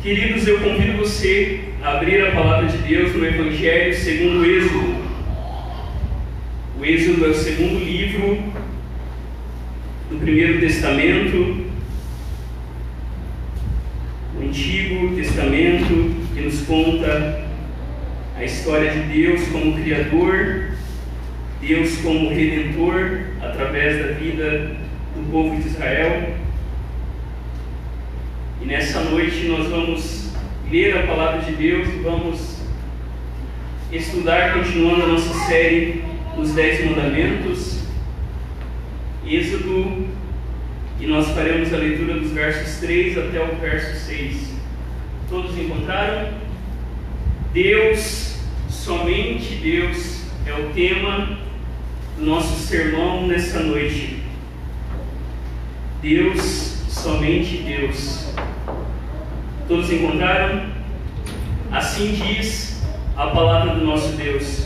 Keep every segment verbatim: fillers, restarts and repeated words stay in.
Queridos, eu convido você a abrir a palavra de Deus no Evangelho segundo o Êxodo. O Êxodo é o segundo livro do Primeiro Testamento, o Antigo Testamento, que nos conta a história de Deus como Criador, Deus como Redentor através da vida do povo de Israel. E nessa noite nós vamos ler a palavra de Deus e vamos estudar, continuando a nossa série dos Dez Mandamentos, Êxodo, e nós faremos a leitura dos versos três até o verso seis. Todos encontraram? Deus, somente Deus, é o tema do nosso sermão nessa noite. Deus, somente Deus. Todos encontraram? Assim diz a palavra do nosso Deus: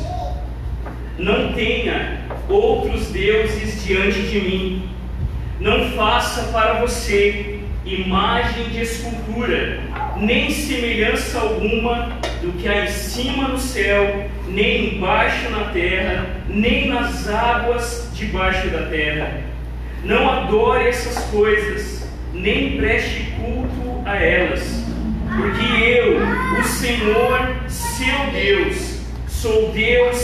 não tenha outros deuses diante de mim, não faça para você imagem de escultura, nem semelhança alguma do que há em cima no céu, nem embaixo na terra, nem nas águas debaixo da terra. Não adore essas coisas, nem preste culto a elas, porque eu, o Senhor, seu Deus, sou Deus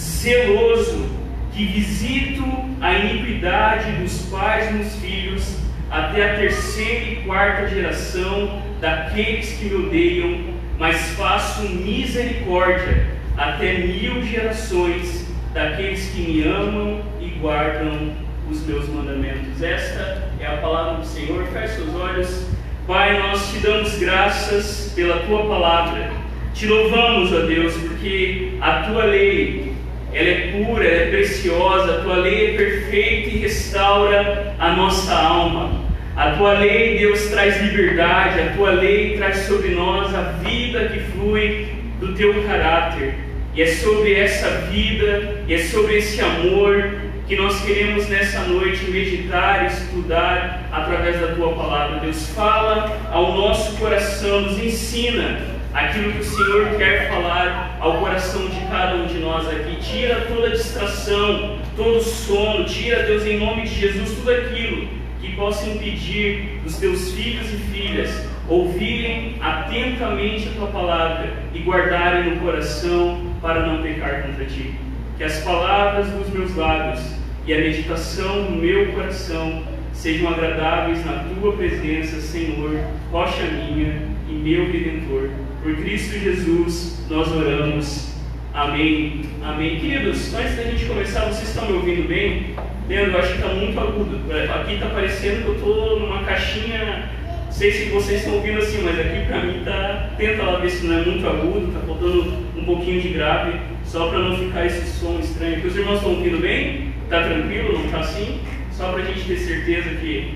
zeloso, que visito a iniquidade dos pais nos filhos, até a terceira e quarta geração daqueles que me odeiam, mas faço misericórdia até mil gerações daqueles que me amam e guardam os meus mandamentos. Esta é a palavra do Senhor. Feche seus olhos. Pai, nós te damos graças pela tua palavra. Te louvamos, ó Deus, porque a tua lei, ela é pura, ela é preciosa. A tua lei é perfeita e restaura a nossa alma. A tua lei, Deus, traz liberdade. A tua lei traz sobre nós a vida que flui do teu caráter. E é sobre essa vida, e é sobre esse amor que nós queremos nessa noite meditar e estudar através da tua palavra. Deus, fala ao nosso coração, nos ensina aquilo que o Senhor quer falar ao coração de cada um de nós aqui. Tira toda distração, todo sono, tira, Deus, em nome de Jesus, tudo aquilo que possa impedir os teus filhos e filhas ouvirem atentamente a tua palavra e guardarem no coração para não pecar contra ti. Que as palavras dos meus lábios e a meditação do meu coração sejam agradáveis na tua presença, Senhor, rocha minha e meu Redentor. Por Cristo Jesus nós oramos. Amém. Amém. Queridos, antes da gente começar, vocês estão me ouvindo bem? Leandro, eu acho que está muito agudo. Aqui está parecendo que eu estou numa caixinha. Não sei se vocês estão ouvindo assim, mas aqui para mim está. Tenta lá ver se não é muito agudo, está faltando um pouquinho de grave, só para não ficar esse som estranho. Porque os irmãos estão ouvindo bem? Está tranquilo? Não está assim? Só para a gente ter certeza que.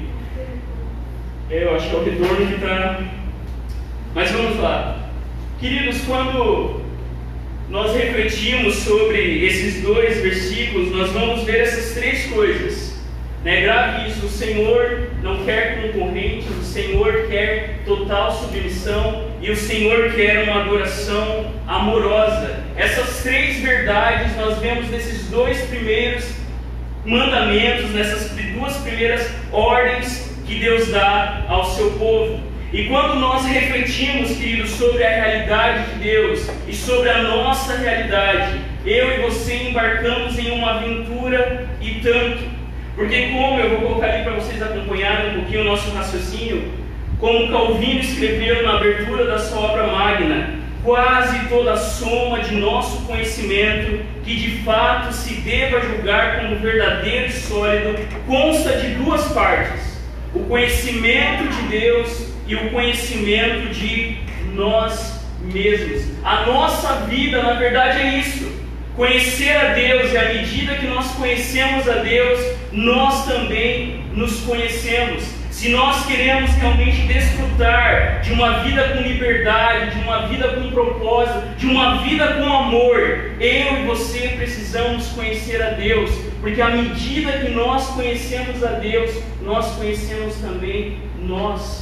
É, eu acho que é o retorno que está. Mas vamos lá. Queridos, quando nós refletimos sobre esses dois versículos, nós vamos ver essas três coisas. Né? Grave isso: o Senhor não quer concorrentes, o Senhor quer total submissão e o Senhor quer uma adoração amorosa. Essas três verdades nós vemos nesses dois primeiros mandamentos, nessas duas primeiras ordens que Deus dá ao seu povo. E quando nós refletimos, queridos, sobre a realidade de Deus e sobre a nossa realidade, eu e você embarcamos em uma aventura e tanto. Porque como eu vou colocar ali para vocês acompanharem um pouquinho o nosso raciocínio, como Calvino escreveu na abertura da sua obra magna, quase toda a soma de nosso conhecimento, que de fato se deva julgar como verdadeiro e sólido, consta de duas partes: o conhecimento de Deus e o conhecimento de nós mesmos. A nossa vida, na verdade, é isso: conhecer a Deus, e à medida que nós conhecemos a Deus, nós também nos conhecemos. Se nós queremos realmente desfrutar de uma vida com liberdade, de uma vida com propósito, de uma vida com amor, eu e você precisamos conhecer a Deus, porque à medida que nós conhecemos a Deus, nós conhecemos também nós.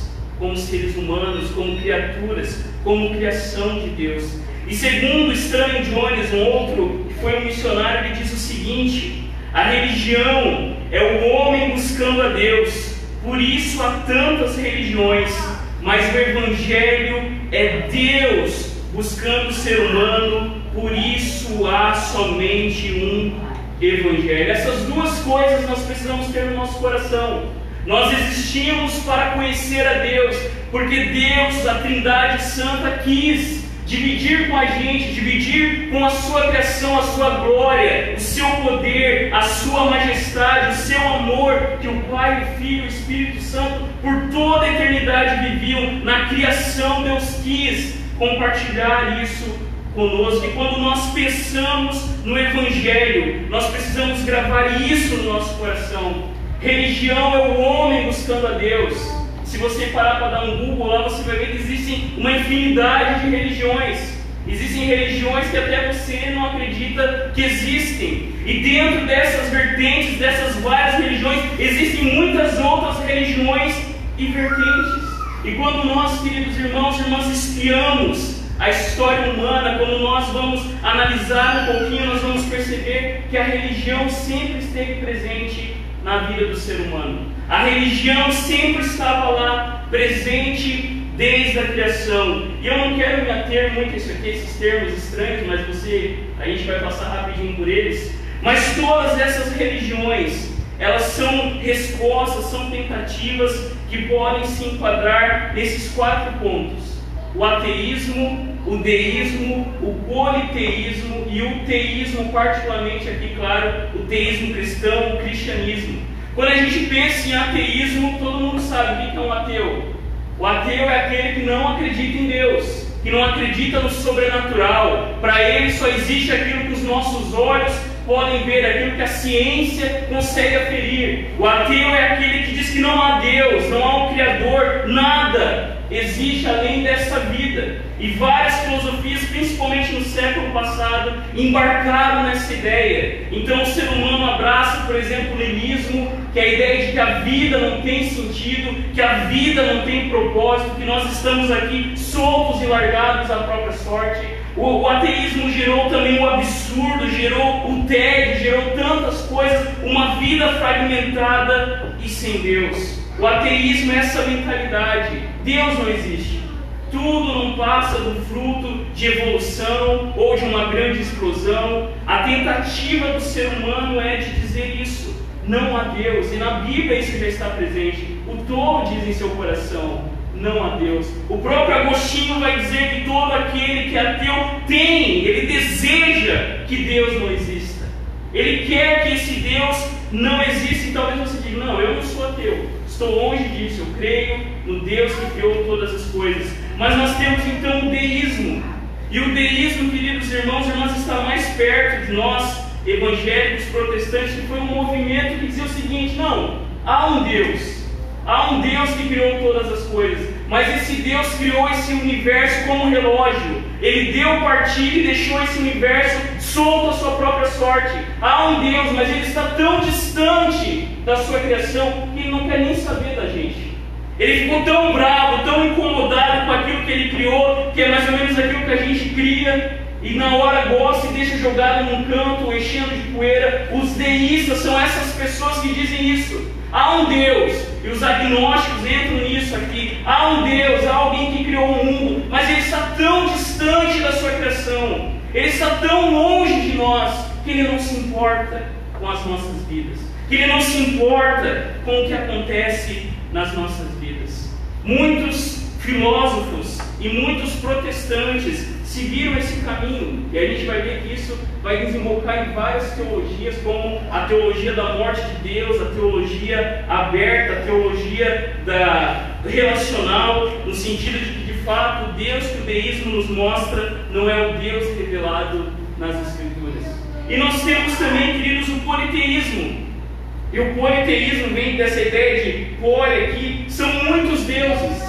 como seres humanos, como criaturas, como criação de Deus. E segundo o estranho Jones, um outro que foi um missionário, ele diz o seguinte: a religião é o homem buscando a Deus, por isso há tantas religiões, mas o Evangelho é Deus buscando o ser humano, por isso há somente um Evangelho. Essas duas coisas nós precisamos ter no nosso coração. Nós existimos para conhecer a Deus, porque Deus, a Trindade Santa, quis dividir com a gente, dividir com a sua criação, a sua glória, o seu poder, a sua majestade, o seu amor, que o Pai, o Filho e o Espírito Santo por toda a eternidade viviam na criação. Deus quis compartilhar isso conosco, e quando nós pensamos no Evangelho, nós precisamos gravar isso no nosso coração. Religião é o homem buscando a Deus. Se você parar para dar um Google lá, você vai ver que existem uma infinidade de religiões. Existem religiões que até você não acredita que existem. E dentro dessas vertentes, dessas várias religiões, existem muitas outras religiões e vertentes. E quando nós, queridos irmãos e irmãs, espiamos a história humana, quando nós vamos analisar um pouquinho, nós vamos perceber que a religião sempre esteve presente na vida do ser humano. A religião sempre estava lá, presente desde a criação. E eu não quero me ater muito a isso aqui, esses termos estranhos, mas você, a gente vai passar rapidinho por eles. Mas todas essas religiões, elas são respostas, são tentativas que podem se enquadrar nesses quatro pontos: o ateísmo, o deísmo, o politeísmo e o teísmo, particularmente aqui, claro, o teísmo cristão, o cristianismo. Quando a gente pensa em ateísmo, todo mundo sabe o que é um ateu. O ateu é aquele que não acredita em Deus, que não acredita no sobrenatural. Para ele só existe aquilo que os nossos olhos podem ver, aquilo que a ciência consegue aferir. O ateu é aquele que diz que não há Deus, não há um Criador, nada existe além dessa vida. E várias filosofias, principalmente no século passado, embarcaram nessa ideia. Então o ser humano abraça, por exemplo, o niilismo, que é a ideia de que a vida não tem sentido, que a vida não tem propósito, que nós estamos aqui soltos e largados à própria sorte. O, o ateísmo gerou também o absurdo, gerou o tédio, gerou tantas coisas, uma vida fragmentada e sem Deus. O ateísmo é essa mentalidade: Deus não existe. Tudo não passa do fruto de evolução ou de uma grande explosão. A tentativa do ser humano é de dizer isso: não há Deus. E na Bíblia isso já está presente. O tolo diz em seu coração: não há Deus. O próprio Agostinho vai dizer que todo aquele que é ateu tem, ele deseja que Deus não exista. Ele quer que esse Deus não exista. E talvez você diga: não, eu não sou ateu, estou longe disso, eu creio no Deus que criou todas as coisas. Mas nós temos então o deísmo. E o deísmo, queridos irmãos e irmãs, está mais perto de nós, evangélicos, protestantes, que foi um movimento que dizia o seguinte: não, há um Deus. Há um Deus que criou todas as coisas, mas esse Deus criou esse universo como um relógio. Ele deu partida e deixou esse universo solto à sua própria sorte. Há um Deus, mas ele está tão distante da sua criação que ele não quer nem saber da gente. Ele ficou tão bravo, tão incomodado com aquilo que ele criou, que é mais ou menos aquilo que a gente cria e na hora gosta e deixa jogado num canto, enchendo de poeira. Os deístas são essas pessoas que dizem isso. Há um Deus, e os agnósticos entram nisso aqui. Há um Deus, há alguém que criou o mundo, mas ele está tão distante da sua criação, ele está tão longe de nós, que ele não se importa com as nossas vidas, que ele não se importa com o que acontece nas nossas vidas. Muitos filósofos e muitos protestantes seguiram esse caminho, e a gente vai ver que isso vai desembocar em várias teologias, como a teologia da morte de Deus, a teologia aberta, a teologia da relacional, no sentido de que, de fato, o Deus que o deísmo nos mostra não é o Deus revelado nas Escrituras. E nós temos também, queridos, o politeísmo. E o politeísmo vem dessa ideia de poli aqui, são muitos deuses.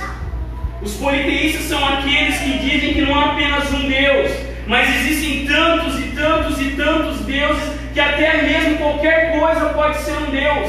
Os politeístas são aqueles que dizem que não há apenas um Deus, mas existem tantos e tantos e tantos deuses que até mesmo qualquer coisa pode ser um Deus.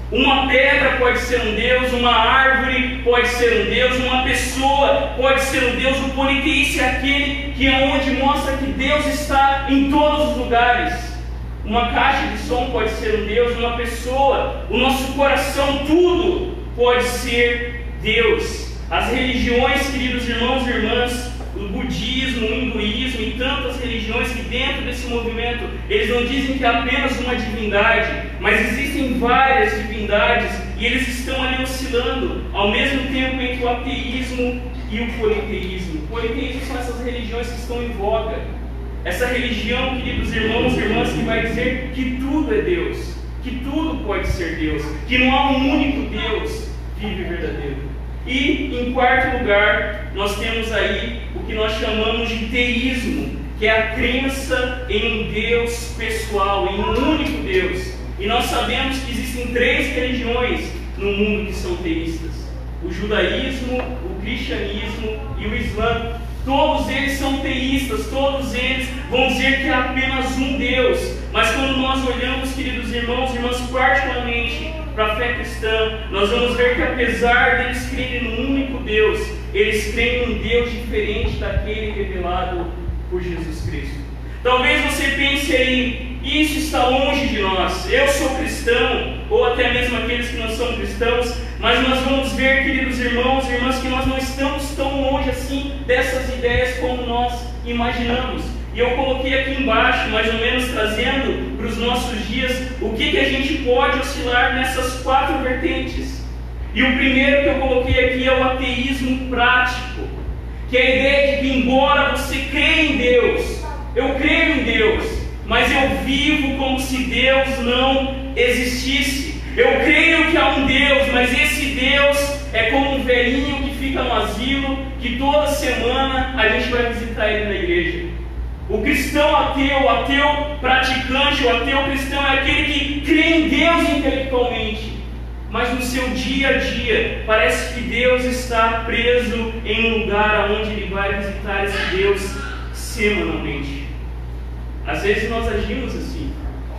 Uma pedra pode ser um Deus, uma árvore pode ser um Deus, uma pessoa pode ser um Deus. O politeísta é aquele que é onde mostra que Deus está em todos os lugares. Uma caixa de som pode ser um Deus, uma pessoa, o nosso coração, tudo pode ser Deus. As religiões, queridos irmãos e irmãs, o budismo, o hinduísmo e tantas religiões que dentro desse movimento, eles não dizem que é apenas uma divindade, mas existem várias divindades e eles estão ali oscilando ao mesmo tempo entre o ateísmo e o politeísmo. O politeísmo são essas religiões que estão em voga. Essa religião, queridos irmãos e irmãs, que vai dizer que tudo é Deus, que tudo pode ser Deus, que não há um único Deus vivo e verdadeiro. E, em quarto lugar, nós temos aí o que nós chamamos de teísmo, que é a crença em um Deus pessoal, em um único Deus. E nós sabemos que existem três religiões no mundo que são teístas: o judaísmo, o cristianismo e o islã. Todos eles são teístas, todos eles vão dizer que há apenas um Deus. Mas quando nós olhamos, queridos irmãos e irmãs, particularmente para a fé cristã, nós vamos ver que apesar deles crerem no único Deus, eles creem em um Deus diferente daquele revelado por Jesus Cristo. Talvez você pense aí, isso está longe de nós. Eu sou cristão, ou até mesmo aqueles que não são cristãos, mas nós vamos ver, queridos irmãos e irmãs, que nós não estamos tão longe assim dessas ideias como nós imaginamos. E eu coloquei aqui embaixo, mais ou menos trazendo para os nossos dias, o que, que a gente pode oscilar nessas quatro vertentes. E o primeiro que eu coloquei aqui é o ateísmo prático, que é a ideia de que, embora você creia em Deus, eu creio em Deus, mas eu vivo como se Deus não existisse. Eu creio que há um Deus, mas esse Deus é como um velhinho que fica no asilo, que toda semana a gente vai visitar ele na igreja. O cristão ateu, o ateu praticante, o ateu cristão é aquele que crê em Deus intelectualmente, mas no seu dia a dia parece que Deus está preso em um lugar onde ele vai visitar esse Deus semanalmente. Às vezes nós agimos assim.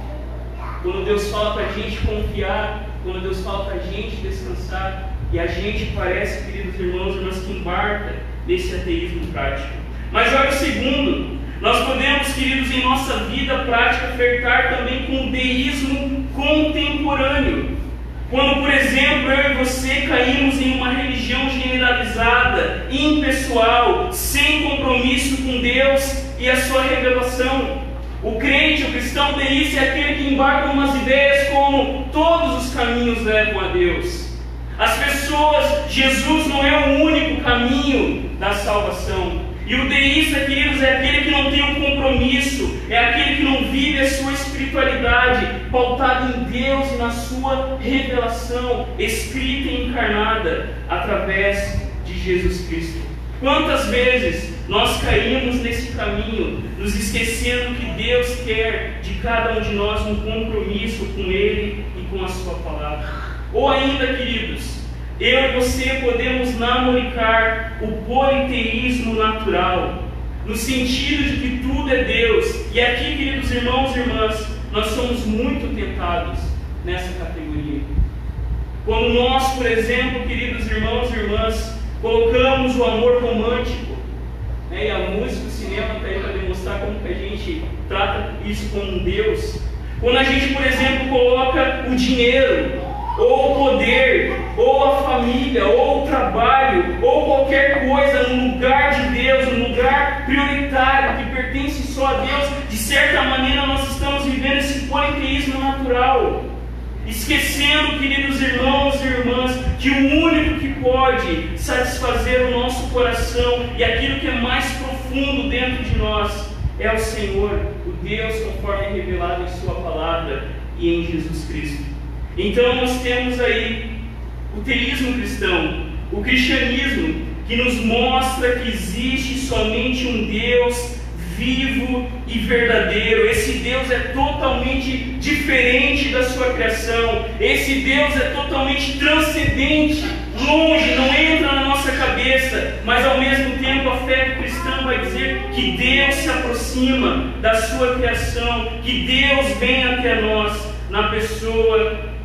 Quando Deus fala para a gente confiar, quando Deus fala para a gente descansar, e a gente parece, queridos irmãos e irmãs, que embarca nesse ateísmo prático. Mas olha o segundo, nós podemos, queridos, em nossa vida prática, flertar também com o deísmo contemporâneo. Quando, por exemplo, eu e você caímos em uma religião generalizada, impessoal, sem compromisso com Deus e a sua revelação. O crente, o cristão deísta é aquele que embarca em umas ideias como todos os caminhos levam a Deus. As pessoas, Jesus não é o único caminho da salvação. E o deísta, queridos, é aquele que não tem um compromisso, é aquele que não vive a sua espiritualidade pautada em Deus e na sua revelação, escrita e encarnada através de Jesus Cristo. Quantas vezes nós caímos nesse caminho, nos esquecendo que Deus quer de cada um de nós um compromisso com Ele e com a sua palavra. Ou ainda, queridos, eu e você podemos namoricar o politeísmo natural, no sentido de que tudo é Deus. E aqui, queridos irmãos e irmãs, nós somos muito tentados nessa categoria. Quando nós, por exemplo, queridos irmãos e irmãs, colocamos o amor romântico, né, e a música, o cinema está aí para demonstrar como que a gente trata isso como um Deus. Quando a gente, por exemplo, coloca o dinheiro, ou o poder, ou a família, ou o trabalho, ou qualquer coisa no lugar de Deus, no lugar prioritário, que pertence só a Deus, de certa maneira nós estamos vivendo esse politeísmo natural, esquecendo, queridos irmãos e irmãs, que o único que pode satisfazer o nosso coração e aquilo que é mais profundo dentro de nós é o Senhor, o Deus conforme é revelado em Sua palavra e em Jesus Cristo. Então nós temos aí o teísmo cristão, o cristianismo, que nos mostra que existe somente um Deus vivo e verdadeiro. Esse Deus é totalmente diferente da sua criação. Esse Deus é totalmente transcendente, longe, não entra na nossa cabeça, mas ao mesmo tempo a fé cristã vai dizer que Deus se aproxima da sua criação, que Deus vem até nós na pessoa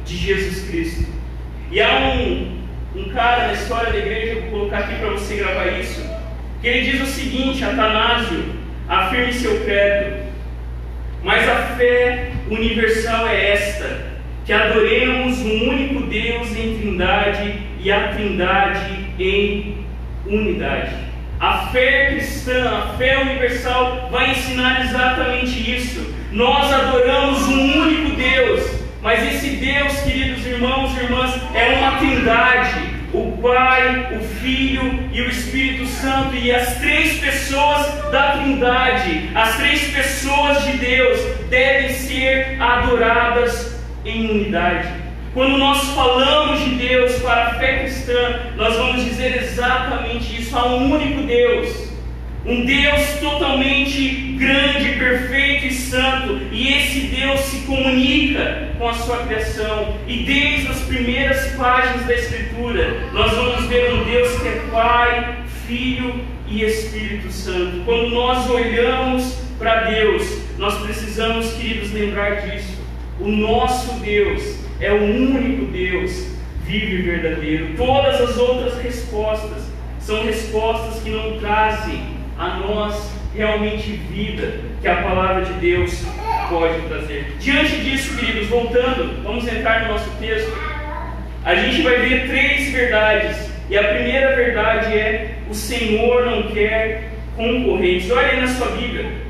de Jesus Cristo. E há um, um cara na história da igreja, vou colocar aqui para você gravar isso, que ele diz o seguinte: Atanásio, afirme seu credo, mas a fé universal é esta, que adoremos um único Deus em trindade e a trindade em unidade. A fé cristã, a fé universal vai ensinar exatamente isso. Nós adoramos um único Deus, mas esse Deus, queridos irmãos e irmãs, é uma trindade. O Pai, o Filho e o Espírito Santo, e as três pessoas da trindade, as três pessoas de Deus, devem ser adoradas em unidade. Quando nós falamos de Deus para a fé cristã, nós vamos dizer exatamente isso: há um único Deus, um Deus totalmente grande, perfeito e santo, e esse Deus se comunica com a sua criação. E desde as primeiras páginas da Escritura, nós vamos ver um Deus que é Pai, Filho e Espírito Santo. Quando nós olhamos para Deus, nós precisamos, queridos, lembrar disso. O nosso Deus é o único Deus vivo e verdadeiro. Todas as outras respostas são respostas que não trazem a nós realmente vida, que a palavra de Deus pode trazer. Diante disso, queridos, voltando, vamos entrar no nosso texto. A gente vai ver três verdades, e a primeira verdade é: o Senhor não quer concorrentes. Olha aí na sua Bíblia.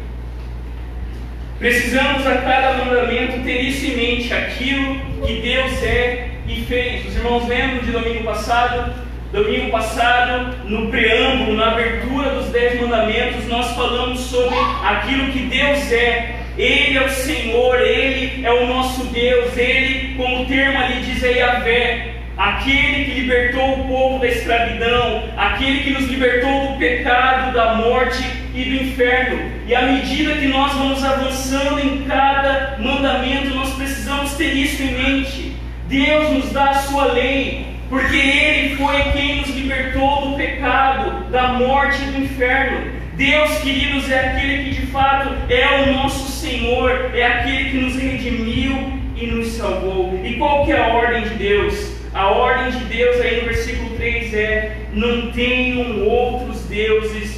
Precisamos a cada mandamento ter isso em mente, aquilo que Deus é e fez. Os irmãos lembram de domingo passado? Domingo passado, no preâmbulo, na abertura dos dez mandamentos, nós falamos sobre aquilo que Deus é. Ele é o Senhor, Ele é o nosso Deus, Ele, como o termo ali diz, é Yahvé, aquele que libertou o povo da escravidão, aquele que nos libertou do pecado, da morte e do inferno. E à medida que nós vamos avançando em cada mandamento, nós precisamos ter isso em mente. Deus nos dá a sua lei, porque Ele foi quem nos libertou do pecado, da morte e do inferno. Deus, queridos, é aquele que de fato é o nosso Senhor, é aquele que nos redimiu e nos salvou. E qual que é a ordem de Deus? A ordem de Deus aí no versículo três é: não tenham outros deuses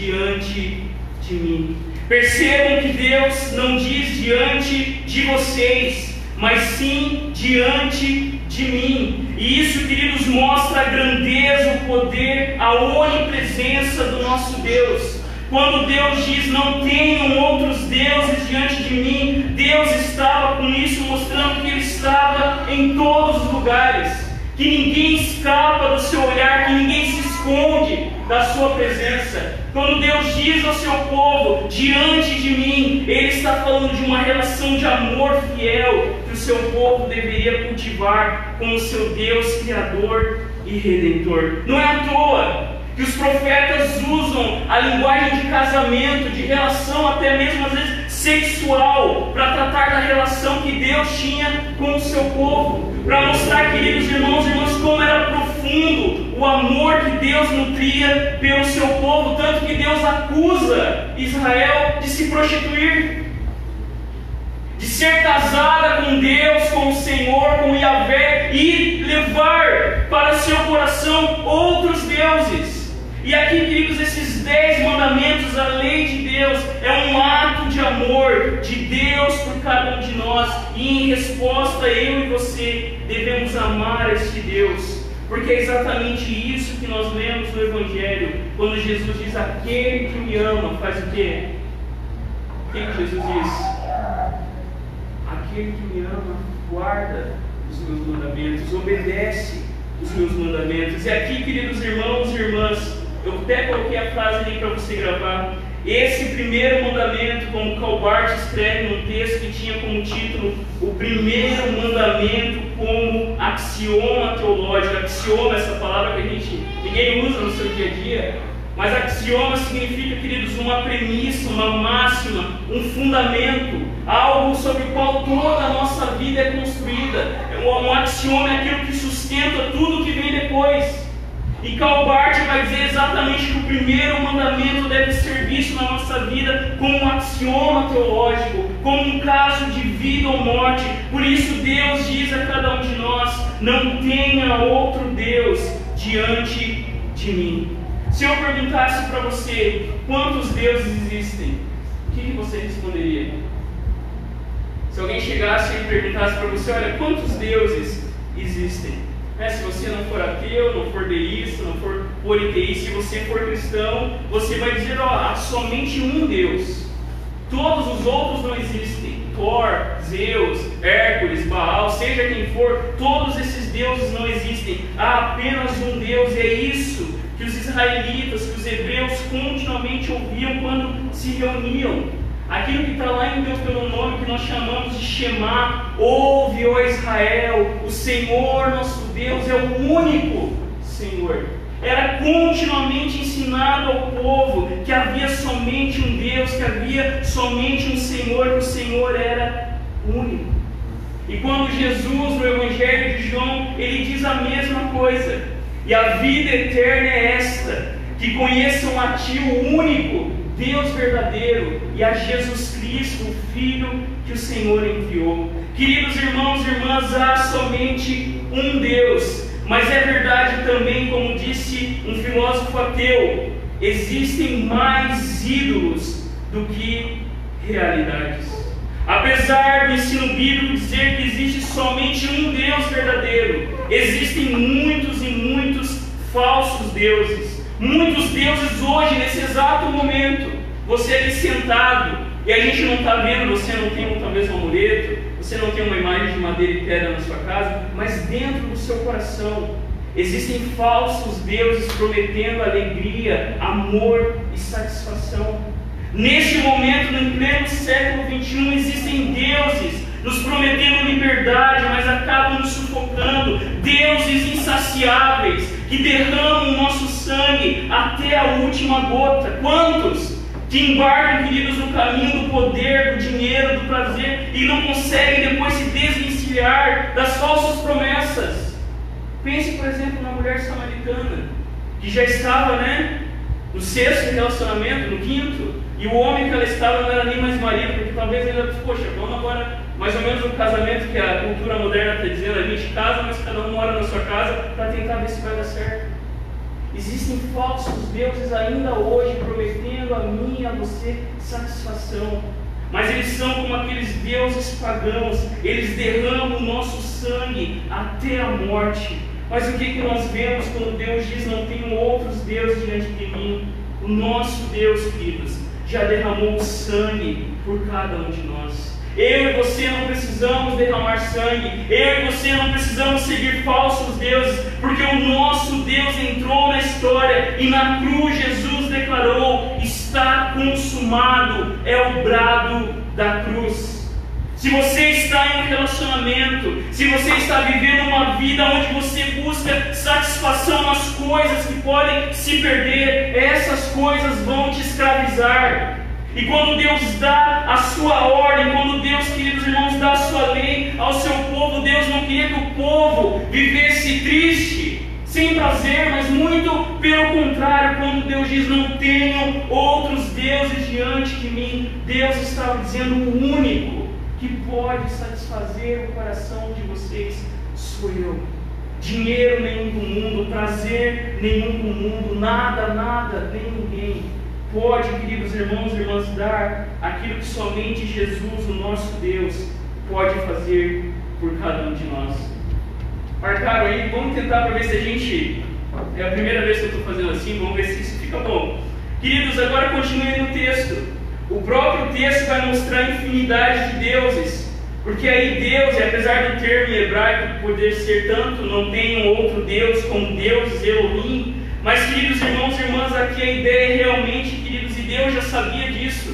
diante de mim. Percebam que Deus não diz diante de vocês, mas sim diante de mim. E isso, queridos, mostra a grandeza, o poder, a onipresença do nosso Deus. Quando Deus diz: não tenham outros deuses diante de mim, Deus estava com isso mostrando que Ele estava em todos os lugares, que ninguém escapa do seu olhar, que ninguém se esconde da sua presença. Quando Deus diz ao seu povo: diante de mim, Ele está falando de uma relação de amor fiel que o seu povo deveria cultivar com o seu Deus Criador e Redentor. Não é à toa que os profetas usam a linguagem de casamento, de relação até mesmo às vezes sexual, para tratar da relação que Deus tinha com o seu povo, para mostrar, queridos irmãos e irmãs, como era profundo o amor que Deus nutria pelo seu povo, tanto que Deus acusa Israel de se prostituir, de ser casada com Deus, com o Senhor, com Yahvé, e levar para seu coração outros deuses. E aqui, queridos, esses dez mandamentos, a lei de Deus, é um ato de amor de Deus por cada um de nós. E em resposta, eu e você devemos amar este Deus, porque é exatamente isso que nós lemos no Evangelho, quando Jesus diz: aquele que me ama faz o quê? O que Jesus diz? Aquele que me ama guarda os meus mandamentos, obedece os meus mandamentos. E aqui, queridos irmãos e irmãs, eu até coloquei a frase ali para você gravar. Esse primeiro mandamento, como Calbart escreve num texto que tinha como título o primeiro mandamento como axioma teológico. Axioma, essa palavra que a gente ninguém usa no seu dia a dia, mas axioma significa, queridos, uma premissa, uma máxima, um fundamento, algo sobre o qual toda a nossa vida é construída. Um axioma é aquilo que sustenta tudo que vem depois. E Karl Barth vai dizer exatamente que o primeiro mandamento deve ser visto na nossa vida como um axioma teológico, como um caso de vida ou morte. Por isso Deus diz a cada um de nós: não tenha outro Deus diante de mim. Se eu perguntasse para você quantos deuses existem, o que você responderia? Se alguém chegasse e perguntasse para você: olha, quantos deuses existem? É, se você não for ateu, não for deísta, não for politeísta, se você for cristão, você vai dizer: ó, há somente um Deus. Todos os outros não existem. Thor, Zeus, Hércules, Baal, seja quem for, todos esses deuses não existem. Há apenas um Deus, e é isso que os israelitas, que os hebreus continuamente ouviam quando se reuniam. Aquilo que está lá em Deuteronômio, que nós chamamos de Shema: ouve, ó Israel, o Senhor nosso Deus é o único Senhor. Era continuamente ensinado ao povo que havia somente um Deus, que havia somente um Senhor, que o Senhor era único. E quando Jesus, no Evangelho de João, ele diz a mesma coisa: e a vida eterna é esta, que conheçam a Ti, o único Deus verdadeiro, e a Jesus Cristo, o Filho que o Senhor enviou. Queridos irmãos e irmãs, há somente um Deus. Mas é verdade também, como disse um filósofo ateu, existem mais ídolos do que realidades. Apesar do ensino bíblico dizer que existe somente um Deus verdadeiro, existem muitos e muitos falsos deuses. Muitos deuses hoje, nesse exato momento. Você ali sentado, e a gente não está vendo, você não tem um, talvez um amuleto, você não tem uma imagem de madeira e pedra na sua casa, mas dentro do seu coração existem falsos deuses prometendo alegria, amor e satisfação. Neste momento, no pleno século vinte e um, existem deuses nos prometendo liberdade, mas acabam nos sufocando. Deuses insaciáveis que derramam o nosso sangue até a última gota. Quantos que embarcam, queridos, no caminho do poder, do dinheiro, do prazer, e não conseguem depois se desvencilhar das falsas promessas? Pense, por exemplo, na mulher samaritana, que já estava, né, no sexto relacionamento, no quinto, e o homem que ela estava não era nem mais marido, porque talvez ela disse: poxa, vamos agora, mais ou menos o casamento que a cultura moderna está dizendo, a gente casa, mas cada um mora na sua casa para tentar ver se vai dar certo. Existem falsos deuses ainda hoje prometendo a mim e a você satisfação, mas eles são como aqueles deuses pagãos, eles derramam o nosso sangue até a morte. Mas o que, que nós vemos quando Deus diz: não tenho outros deuses diante de mim? O nosso Deus, queridos, já derramou o sangue por cada um de nós. Eu e você não precisamos derramar sangue. Eu e você não precisamos seguir falsos deuses, porque o nosso Deus entrou na história e na cruz Jesus declarou: está consumado. É o brado da cruz. Se você está em um relacionamento, se você está vivendo uma vida onde você busca satisfação nas coisas que podem se perder, essas coisas vão te escravizar. E quando Deus dá a sua ordem, quando Deus, queridos irmãos, dá a sua lei ao seu povo, Deus não queria que o povo vivesse triste, sem prazer, mas muito pelo contrário. Quando Deus diz: não tenham outros deuses diante de mim, Deus estava dizendo: o único que pode satisfazer o coração de vocês sou eu. Dinheiro nenhum do mundo, prazer nenhum do mundo, nada, nada, nem ninguém pode, queridos irmãos e irmãs, dar aquilo que somente Jesus, o nosso Deus, pode fazer por cada um de nós. Marcaram aí? Vamos tentar para ver se a gente... É a primeira vez que eu estou fazendo assim, vamos ver se isso fica bom. Queridos, agora continue no texto. O próprio texto vai mostrar a infinidade de deuses, porque aí Deus, e apesar do termo em hebraico poder ser tanto, não tem um outro Deus como Deus, Elohim, mas, queridos irmãos e irmãs, aqui a ideia é realmente, queridos, e Deus já sabia disso.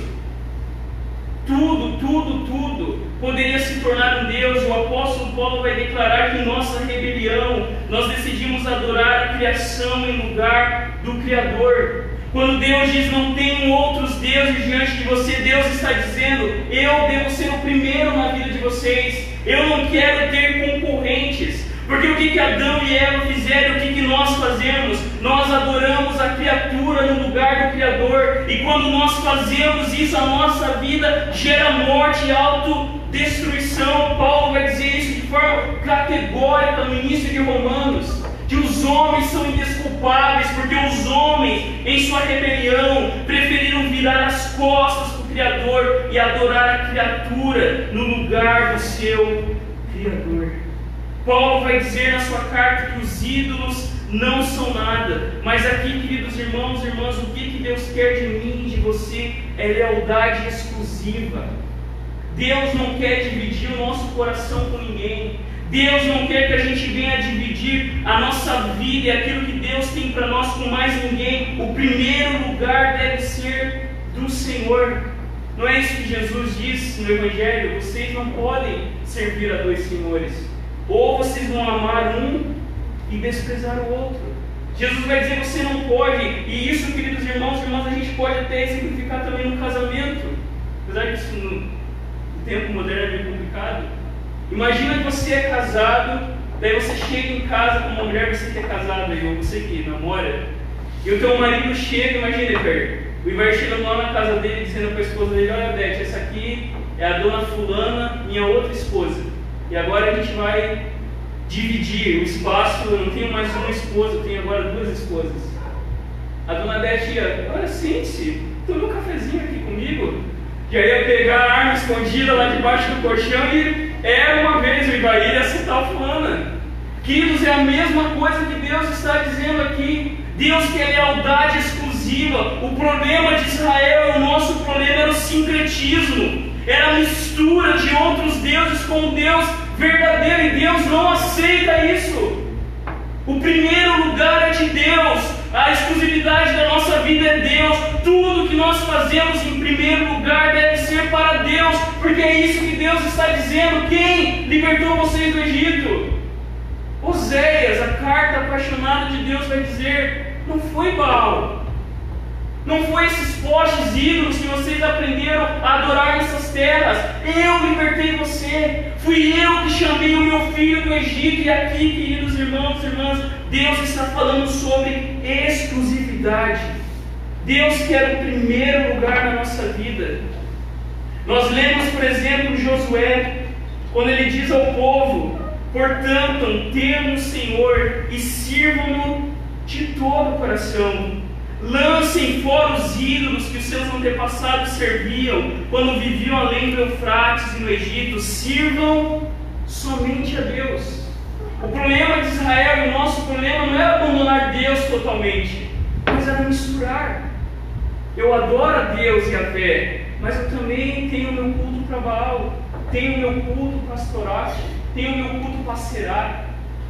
Tudo, tudo, tudo poderia se tornar um Deus. O apóstolo Paulo vai declarar que em nossa rebelião nós decidimos adorar a criação em lugar do Criador. Quando Deus diz: não tenham outros deuses diante de você, Deus está dizendo: eu devo ser o primeiro na vida de vocês. Eu não quero ter concorrentes. Porque o que, que Adão e Eva fizeram, o que, que nós fazemos? nós adoramos a criatura no lugar do Criador, e quando nós fazemos isso, a nossa vida gera morte e autodestruição. Paulo vai dizer isso de forma categórica no início de Romanos, que os homens são indesculpáveis, porque os homens, em sua rebelião, preferiram virar as costas para o Criador e adorar a criatura no lugar do seu Criador. Paulo vai dizer na sua carta que os ídolos não são nada, mas aqui, queridos irmãos e irmãs, o que que Deus quer de mim e de você é lealdade exclusiva. Deus não quer dividir o nosso coração com ninguém. Deus não quer que a gente venha dividir a nossa vida e aquilo que Deus tem para nós com mais ninguém. O primeiro lugar deve ser do Senhor. Não é isso que Jesus disse no Evangelho? Vocês não podem servir a dois senhores. Ou vocês vão amar um e desprezar o outro. Jesus vai dizer: você não pode. E isso, queridos irmãos e irmãs, a gente pode até exemplificar também no casamento. Apesar que isso no tempo moderno é bem complicado. Imagina que você é casado, daí você chega em casa com uma mulher, você que é casado, ou você que namora, e o teu marido chega, imagina, Fer, o Ivar chegando lá na casa dele, dizendo para a esposa dele: olha, Beth, essa aqui é a dona fulana, minha outra esposa, e agora a gente vai dividir o espaço, eu não tenho mais uma esposa, eu tenho agora duas esposas. A dona Beth ia: olha, sente-se, toma um cafezinho aqui comigo. Que aí ia pegar a arma escondida lá debaixo do colchão e era uma vez o Ivaí ia citar o fulana. Queridos, é a mesma coisa que Deus está dizendo aqui. Deus quer lealdade exclusiva. O problema de Israel, o nosso problema era o sincretismo, era a mistura de outros deuses com o Deus verdadeiro, e Deus não aceita isso. O primeiro lugar é de Deus, a exclusividade da nossa vida é Deus. Tudo que nós fazemos em primeiro lugar deve ser para Deus, porque é isso que Deus está dizendo. Quem libertou vocês do Egito? Oséias, a carta apaixonada de Deus, vai dizer: não foi Baal, não foi esses postes ídolos que vocês aprenderam a adorar nessas terras. Eu libertei você, fui eu que chamei o meu filho do Egito. E aqui, queridos irmãos e irmãs, Deus está falando sobre exclusividade. Deus quer o primeiro lugar na nossa vida. Nós lemos, por exemplo, Josué, quando ele diz ao povo: portanto, temam o Senhor e sirvam-no de todo o coração. Lancem fora os ídolos que os seus antepassados serviam quando viviam além do Eufrates e no Egito. Sirvam somente a Deus. O problema de Israel e o nosso problema não era abandonar Deus totalmente, mas era misturar. Eu adoro a Deus e a fé, mas eu também tenho o meu culto para Baal, tenho o meu culto para Astorate, tenho o meu culto para Será.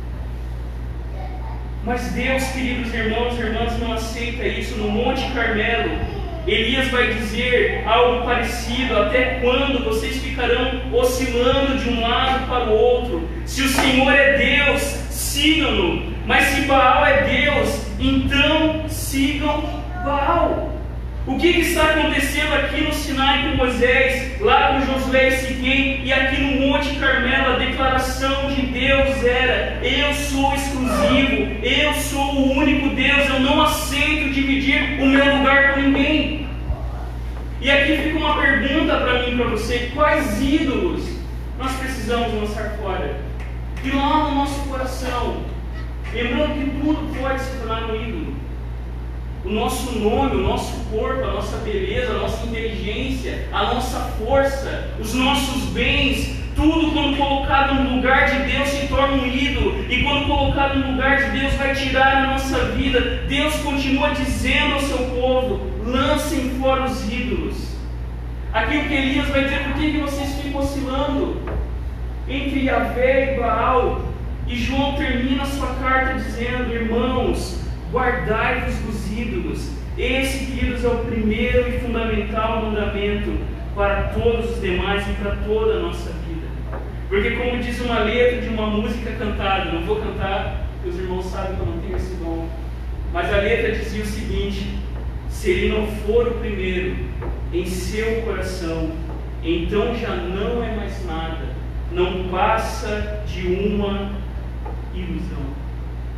Mas Deus, queridos irmãos e irmãs, não aceita isso. No Monte Carmelo, Elias vai dizer algo parecido: até quando vocês ficarão oscilando de um lado para o outro? Se o Senhor é Deus, sigam-no, mas se Baal é Deus, então sigam Baal. O que, que está acontecendo aqui no Sinai com Moisés, lá com Josué e Siquém, e aqui no Monte Carmelo? A declaração de Deus era: eu sou exclusivo, eu sou o único Deus, eu não aceito dividir o meu lugar com ninguém. E aqui fica uma pergunta para mim e para você: quais ídolos nós precisamos lançar fora? E lá no nosso coração, lembrando que tudo pode se tornar um ídolo. O nosso nome, o nosso corpo, a nossa beleza, a nossa inteligência, a nossa força, os nossos bens, tudo quando colocado no lugar de Deus se torna um ídolo. E quando colocado no lugar de Deus vai tirar a nossa vida. Deus continua dizendo ao seu povo: lancem fora os ídolos. Aqui o que Elias vai dizer: por que, que vocês ficam oscilando entre Yahvé e Baal? E João termina a sua carta dizendo: irmãos, guardai-vos dos ídolos. Esse, queridos, é o primeiro e fundamental mandamento para todos os demais e para toda a nossa vida. Porque, como diz uma letra de uma música cantada, não vou cantar, porque os irmãos sabem que eu não tenho esse dom, mas a letra dizia o seguinte: se ele não for o primeiro em seu coração, então já não é mais nada, não passa de uma ilusão.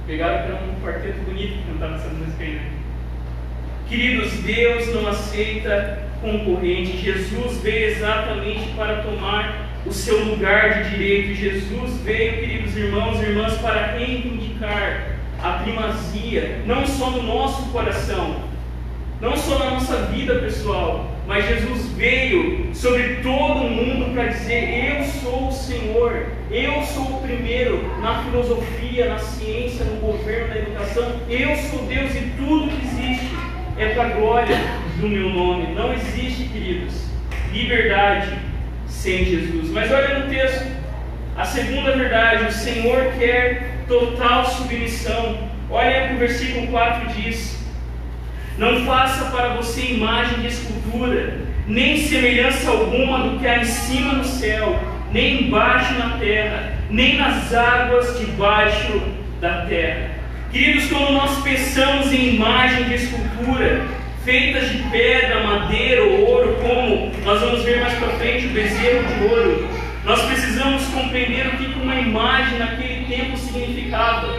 Pegaram para um quarteto bonito que cantava essa música aí, né? Queridos, Deus não aceita concorrente. Jesus veio exatamente para tomar o seu lugar de direito. Jesus veio, queridos irmãos e irmãs, para reivindicar a primazia, não só no nosso coração, não só na nossa vida pessoal, mas Jesus veio sobre todo o mundo para dizer: eu sou o Senhor, eu sou o primeiro na filosofia, na ciência, no governo, na educação. Eu sou Deus e tudo que existe é para a glória do meu nome. Não existe, queridos, liberdade sem Jesus. Mas olha no texto, a segunda verdade: o Senhor quer total submissão. Olha que o versículo quatro diz: não faça para você imagem de escultura, nem semelhança alguma do que há em cima no céu, nem embaixo na terra, nem nas águas debaixo da terra. Queridos, quando nós pensamos em imagem de escultura, feitas de pedra, madeira ou ouro, como nós vamos ver mais para frente o bezerro de ouro, nós precisamos compreender o que uma imagem naquele tempo significava.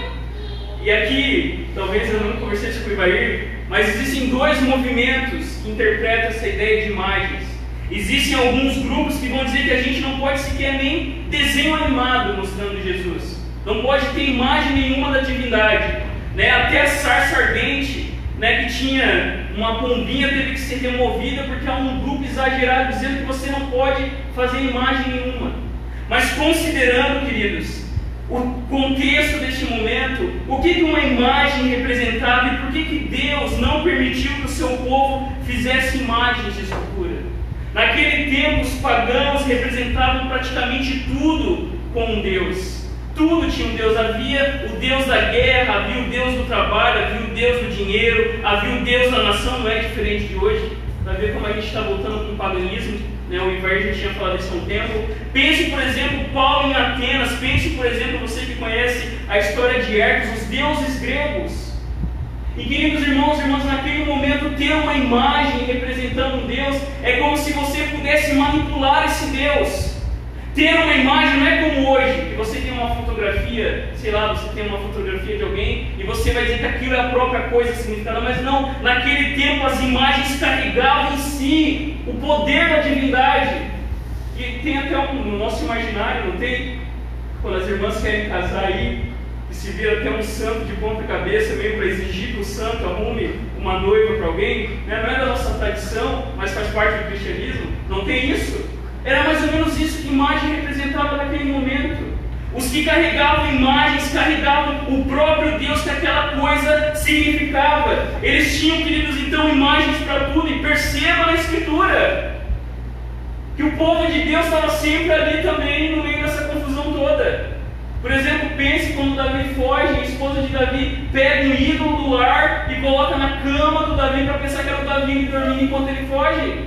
E aqui, talvez eu não conversei isso com o Ivair, mas existem dois movimentos que interpretam essa ideia de imagens. Existem alguns grupos que vão dizer que a gente não pode sequer nem desenho animado mostrando Jesus. Não pode ter imagem nenhuma da divindade. Né? Até a sarça ardente, né, que tinha uma pombinha, teve que ser removida porque há um grupo exagerado dizendo que você não pode fazer imagem nenhuma. Mas considerando, queridos, o contexto deste momento, o que, que uma imagem representava e por que, que Deus não permitiu que o seu povo fizesse imagens de escultura? Naquele tempo, os pagãos representavam praticamente tudo com um Deus. Tudo tinha um Deus. Havia o Deus da guerra, havia o Deus do trabalho, havia o Deus do dinheiro, havia o Deus da nação. Não é diferente de hoje. Para ver como a gente está voltando com o paganismo, né? O Ivar já tinha falado isso há um tempo. Pense, por exemplo, Paulo em Atenas. Pense, por exemplo, você que conhece a história de Hércules, os deuses gregos. E, queridos irmãos e irmãs, naquele momento, ter uma imagem representando um Deus é como se você pudesse manipular esse Deus. Ter uma imagem não é como hoje, que você tem uma fotografia, sei lá, você tem uma fotografia de alguém e você vai dizer que aquilo é a própria coisa significada, mas não, naquele tempo as imagens carregavam em si o poder da divindade. E tem até um, no nosso imaginário, não tem? Quando as irmãs querem casar aí, e se vê até um santo de ponta cabeça, meio para exigir que o santo arrume uma noiva para alguém, né? Não é da nossa tradição, mas faz parte do cristianismo, não tem isso? Era mais ou menos isso que a imagem representava naquele momento. Os que carregavam imagens, carregavam o próprio Deus que aquela coisa significava. Eles tinham, queridos, então, imagens para tudo. E perceba na Escritura que o povo de Deus estava sempre ali também, no meio dessa confusão toda. Por exemplo, pense quando Davi foge, a esposa de Davi pega um ídolo do lar e coloca na cama do Davi para pensar que era o Davi dormindo enquanto ele foge.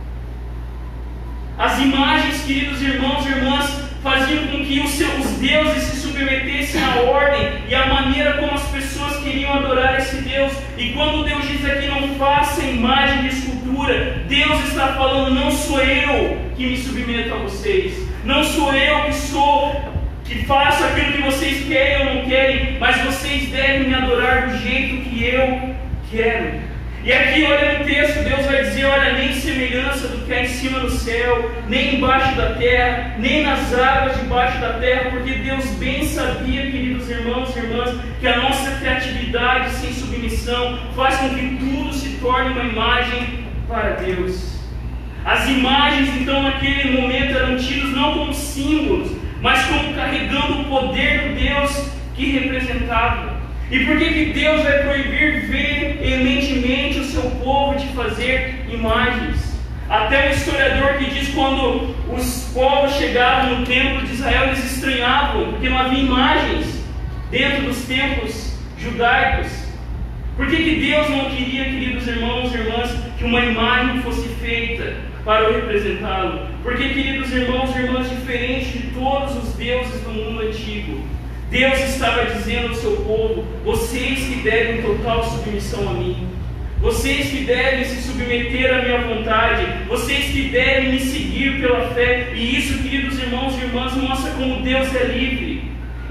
As imagens, queridos irmãos e irmãs, faziam com que os, seus, os deuses se submetessem à ordem e à maneira como as pessoas queriam adorar esse Deus. E quando Deus diz aqui, não faça imagem de escultura, Deus está falando, não sou eu que me submeto a vocês, não sou eu que sou, que faço aquilo que vocês querem ou não querem, mas vocês devem me adorar do jeito que eu quero. E aqui, olha no texto, Deus vai dizer, olha, nem semelhança do que há em cima do céu, nem embaixo da terra, nem nas águas debaixo da terra, porque Deus bem sabia, queridos irmãos e irmãs, que a nossa criatividade sem submissão faz com que tudo se torne uma imagem para Deus. As imagens, então, naquele momento eram tidas não como símbolos, mas como carregando o poder do Deus que representava. E por que que Deus vai proibir veementemente o seu povo de fazer imagens? Até um historiador que diz que quando os povos chegavam no templo de Israel, eles estranhavam, porque não havia imagens dentro dos templos judaicos. Por que que Deus não queria, queridos irmãos e irmãs, que uma imagem fosse feita para o representá-lo? Porque, queridos irmãos e irmãs, diferente de todos os deuses do mundo antigo, Deus estava dizendo ao seu povo, vocês que devem total submissão a mim, vocês que devem se submeter à minha vontade, vocês que devem me seguir pela fé. E isso, queridos irmãos e irmãs, mostra como Deus é livre.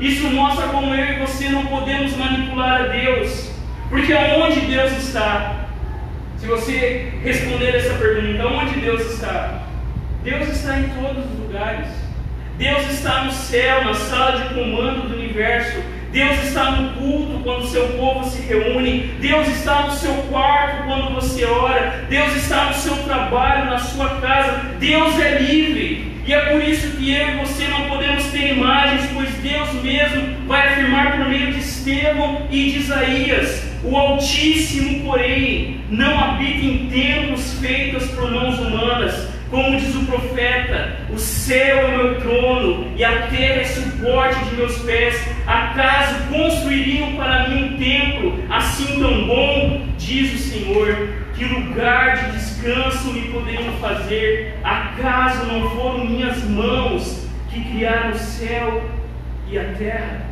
Isso mostra como eu e você não podemos manipular a Deus. Porque aonde Deus está? Se você responder essa pergunta, aonde Deus está? Deus está em todos os lugares. Deus está no céu, na sala de comando do universo. Deus está no culto quando o seu povo se reúne. Deus está no seu quarto quando você ora. Deus está no seu trabalho, na sua casa. Deus é livre. E é por isso que eu e você não podemos ter imagens, pois Deus mesmo vai afirmar por meio de Estevão e de Isaías: o Altíssimo, porém, não habita em templos feitos por mãos humanas. Como diz o profeta: o céu é o meu trono e a terra é suporte de meus pés. Acaso construiriam para mim um templo assim tão bom? Diz o Senhor: que lugar de descanso me poderiam fazer? Acaso não foram minhas mãos que criaram o céu e a terra?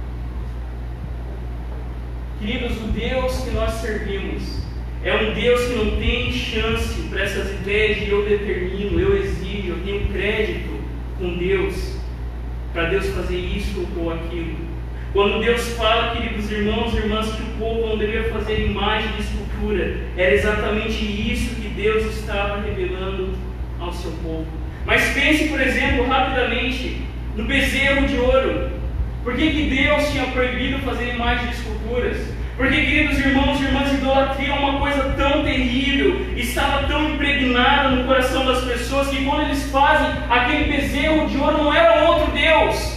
Queridos, o Deus que nós servimos é um Deus que não tem chance para essas ideias de eu determino, eu exijo, eu tenho crédito com Deus, para Deus fazer isso ou aquilo. Quando Deus fala, queridos irmãos e irmãs, que o povo não deveria fazer imagem de escultura, era exatamente isso que Deus estava revelando ao seu povo. Mas pense, por exemplo, rapidamente, no bezerro de ouro. Por que que Deus tinha proibido fazer imagens de esculturas? Porque, queridos irmãos e irmãs, idolatria é uma coisa tão terrível, estava tão impregnada no coração das pessoas, que quando eles fazem aquele bezerro de ouro, não era outro Deus.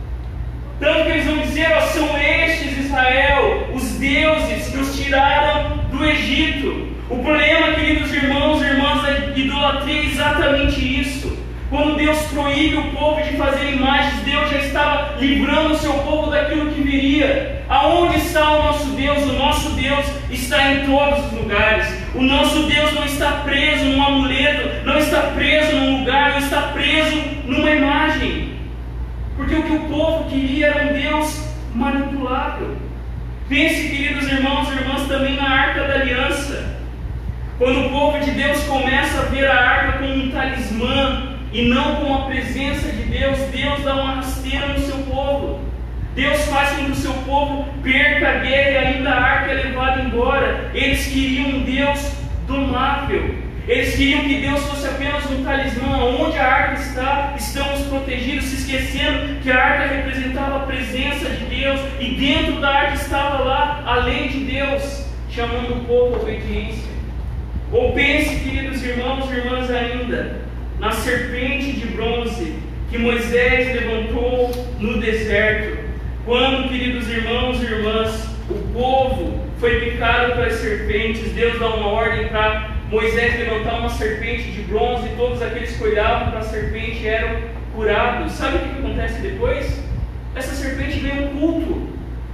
Tanto que eles vão dizer: ó, são estes, Israel, os deuses que os tiraram do Egito. O problema, queridos irmãos e irmãs, da idolatria é exatamente isso. Quando Deus proíbe o povo de fazer imagens, Deus já estava livrando o seu povo daquilo que viria. Aonde está o nosso Deus? O nosso Deus está em todos os lugares. O nosso Deus não está preso num amuleto, não está preso num lugar, não está preso numa imagem. Porque o que o povo queria era um Deus manipulável. Pense, queridos irmãos e irmãs, também na Arca da Aliança. Quando o povo de Deus começa a ver a arca como um talismã e não como a presença de Deus, Deus dá uma rasteira no seu povo. Deus faz com que o seu povo perca a guerra e ainda a arca é levada embora. Eles queriam um Deus domável. Eles queriam que Deus fosse apenas um talismã. Onde a arca está, estamos protegidos, se esquecendo que a arca representava a presença de Deus e dentro da arca estava lá a lei de Deus, chamando o povo à obediência. Ou pense, queridos irmãos e irmãs, ainda na serpente de bronze que Moisés levantou no deserto. Quando, queridos irmãos e irmãs, o povo foi picado pelas serpentes, Deus dá uma ordem para Moisés levantar uma serpente de bronze, e todos aqueles que olhavam para a serpente eram curados. Sabe o que acontece depois? Essa serpente ganha um culto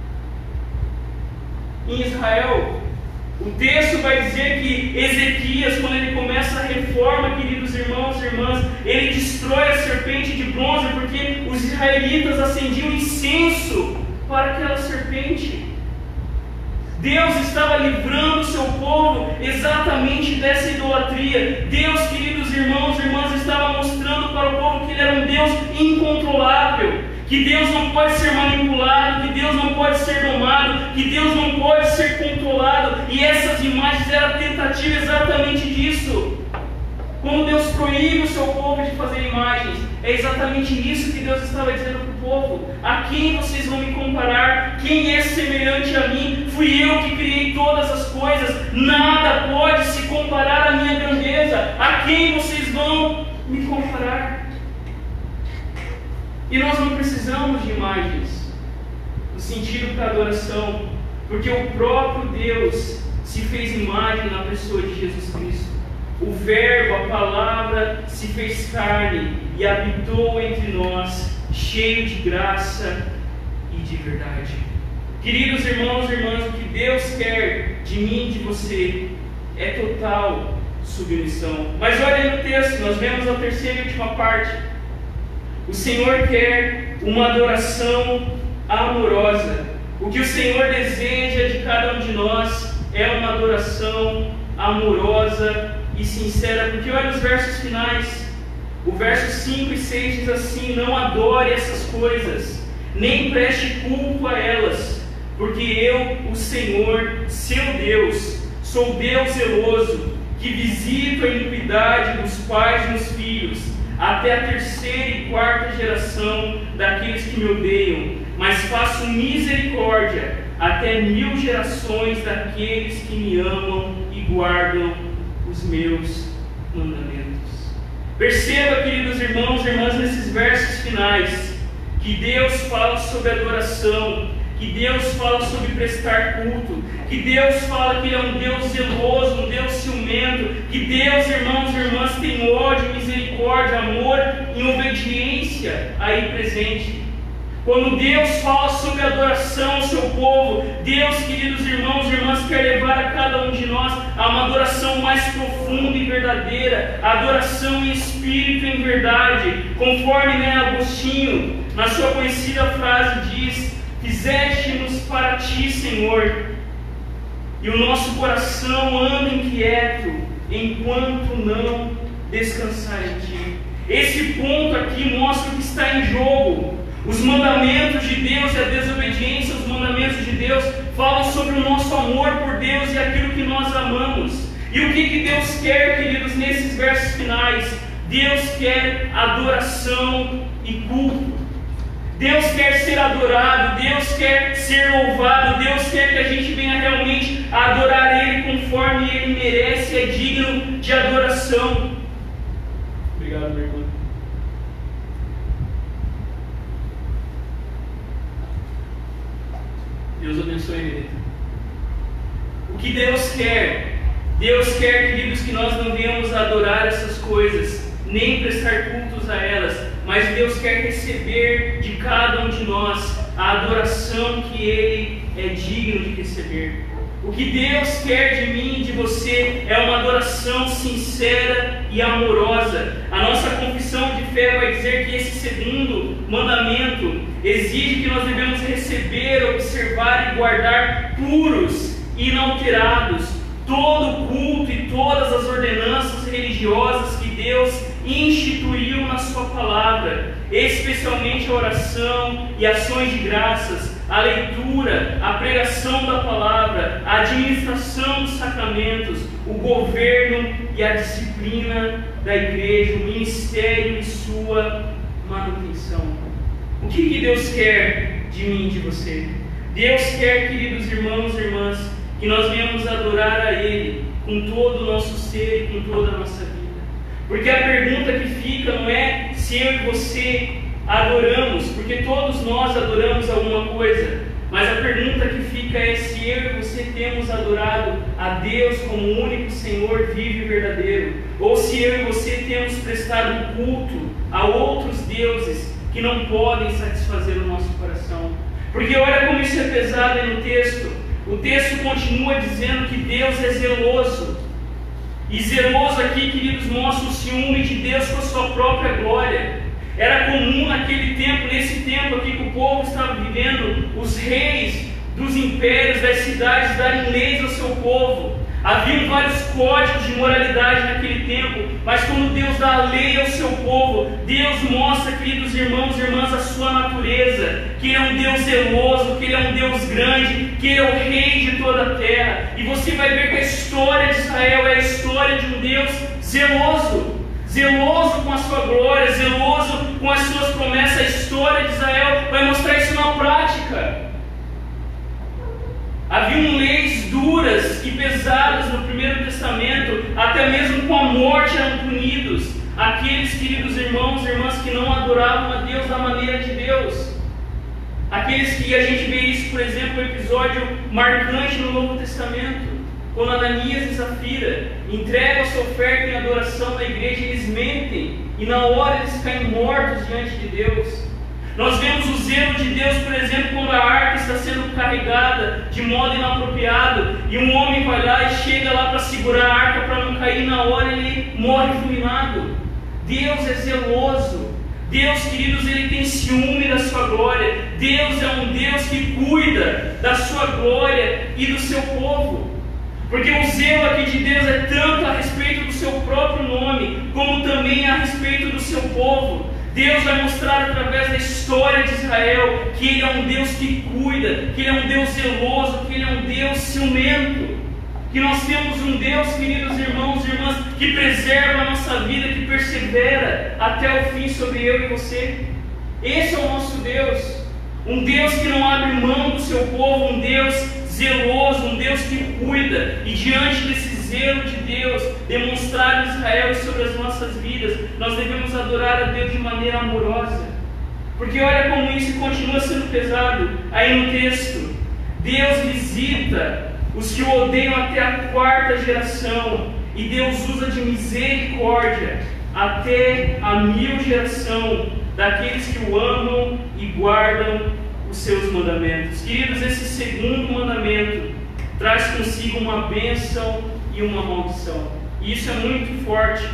em Israel. O texto vai dizer que Ezequias, quando ele começa a reforma, queridos irmãos e irmãs, ele destrói a serpente de bronze, porque os israelitas acendiam incenso para aquela serpente. Deus estava livrando o seu povo exatamente dessa idolatria. Deus, queridos irmãos e irmãs, estava mostrando para o povo que Ele era um Deus incontrolável, que Deus não pode ser manipulado, que Deus não pode ser domado, que Deus não pode ser controlado. E essas imagens eram a tentativa exatamente disso. Quando Deus proíbe o seu povo de fazer imagens, é exatamente isso que Deus estava dizendo para o povo: a quem vocês vão me comparar? Quem é semelhante a mim? Fui eu que criei todas as coisas, nada pode se comparar à minha grandeza. A quem vocês vão me comparar? E nós não precisamos de imagens no sentido da adoração, porque o próprio Deus se fez imagem na pessoa de Jesus Cristo. O Verbo, a palavra, se fez carne e habitou entre nós, cheio de graça e de verdade. Queridos irmãos e irmãs, o que Deus quer de mim e de você é total submissão. Mas olha no texto, nós vemos a terceira e última parte. O Senhor quer uma adoração amorosa. O que o Senhor deseja de cada um de nós é uma adoração amorosa e sincera, porque olha os versos finais. O verso cinco e seis diz assim: não adore essas coisas, nem preste culto a elas, porque eu, o Senhor, seu Deus, sou Deus zeloso, que visito a iniquidade dos pais nos filhos, até a terceira e quarta geração daqueles que me odeiam, mas faço misericórdia até mil gerações daqueles que me amam e guardam os meus mandamentos. Perceba, queridos irmãos e irmãs, nesses versos finais, que Deus fala sobre adoração, que Deus fala sobre prestar culto, que Deus fala que Ele é um Deus zeloso, um Deus ciumento, que Deus, irmãos e irmãs, tem ódio, misericórdia, amor e obediência aí presente. Quando Deus fala sobre adoração ao seu povo, Deus, queridos irmãos e irmãs, quer levar a cada um de nós a uma adoração mais profunda e verdadeira, adoração em espírito e em verdade, conforme, né, Agostinho, na sua conhecida frase, diz: fizeste-nos para ti, Senhor, e o nosso coração anda inquieto, enquanto não descansar em ti. Esse ponto aqui mostra o que está em jogo. Os mandamentos de Deus e a desobediência aos mandamentos de Deus falam sobre o nosso amor por Deus e aquilo que nós amamos. E o que, que Deus quer, queridos, nesses versos finais? Deus quer adoração e culto. Deus quer ser adorado, Deus quer ser louvado, Deus quer que a gente venha realmente adorar Ele conforme Ele merece, é digno de adoração. Obrigado, meu irmão. Deus abençoe ele. O que Deus quer? Deus quer, queridos, que nós não venhamos adorar essas coisas, nem prestar cultos a elas, mas Deus quer receber de cada um de nós a adoração que Ele é digno de receber. O que Deus quer de mim e de você é uma adoração sincera e amorosa. A nossa confissão de fé vai dizer que esse segundo mandamento exige que nós devemos receber, observar e guardar puros e inalterados todo o culto e todas as ordenanças religiosas que Deus instituiu na sua palavra, especialmente a oração e ações de graças, a leitura, a pregação da palavra, a administração dos sacramentos, o governo e a disciplina da igreja, o ministério e sua manutenção. O que, que Deus quer de mim e de você? Deus quer, queridos irmãos e irmãs, que nós venhamos adorar a Ele com todo o nosso ser e com toda a nossa vida. Porque a pergunta que fica não é se eu e você adoramos, porque todos nós adoramos alguma coisa, mas a pergunta que fica é se eu e você temos adorado a Deus como o único Senhor vivo e verdadeiro, ou se eu e você temos prestado culto a outros deuses que não podem satisfazer o nosso coração. Porque olha como isso é pesado aí no texto. O texto continua dizendo que Deus é zeloso. E zeloso aqui, queridos, mostra o ciúme de Deus com a sua própria glória. Era comum naquele tempo, nesse tempo aqui que o povo estava vivendo, os reis dos impérios, das cidades, darem leis ao seu povo. Haviam vários códigos de moralidade naquele tempo, mas quando Deus dá a lei ao seu povo, Deus mostra, queridos irmãos e irmãs, a sua natureza, que Ele é um Deus zeloso, que Ele é um Deus grande, que Ele é o Rei de toda a terra. E você vai ver que a história de Israel é a história de um Deus zeloso, zeloso com a sua glória, zeloso com as suas promessas. A história de Israel vai mostrar isso na prática. Haviam leis duras e pesadas no Primeiro Testamento, até mesmo com a morte eram punidos aqueles, queridos irmãos e irmãs, que não adoravam a Deus da maneira de Deus. Aqueles que a gente vê isso, por exemplo, no episódio marcante no Novo Testamento, quando Ananias e Safira entregam a sua oferta em adoração na igreja, eles mentem e na hora eles caem mortos diante de Deus. Nós vemos o zelo de Deus, por exemplo, quando a arca está sendo carregada de modo inapropriado e um homem vai lá e chega lá para segurar a arca para não cair, na hora ele morre fulminado. Deus é zeloso. Deus, queridos, Ele tem ciúme da sua glória. Deus é um Deus que cuida da sua glória e do seu povo. Porque o zelo aqui de Deus é tanto a respeito do seu próprio nome, como também a respeito do seu povo. Deus vai mostrar através da história de Israel que Ele é um Deus que cuida, que Ele é um Deus zeloso, que Ele é um Deus ciumento. Que nós temos um Deus, queridos irmãos e irmãs, que preserva a nossa vida, que persevera até o fim sobre eu e você. Esse é o nosso Deus. Um Deus que não abre mão do seu povo, um Deus zeloso, um Deus que cuida. E diante desse zelo de Deus demonstrado em Israel e sobre as nossas vidas, nós devemos adorar a Deus de maneira amorosa. Porque olha como isso continua sendo pesado aí no texto. Deus visita os que o odeiam até a quarta geração, e Deus usa de misericórdia até a mil geração daqueles que o amam e guardam os seus mandamentos. Queridos, esse segundo mandamento traz consigo uma bênção e uma maldição. E isso é muito forte.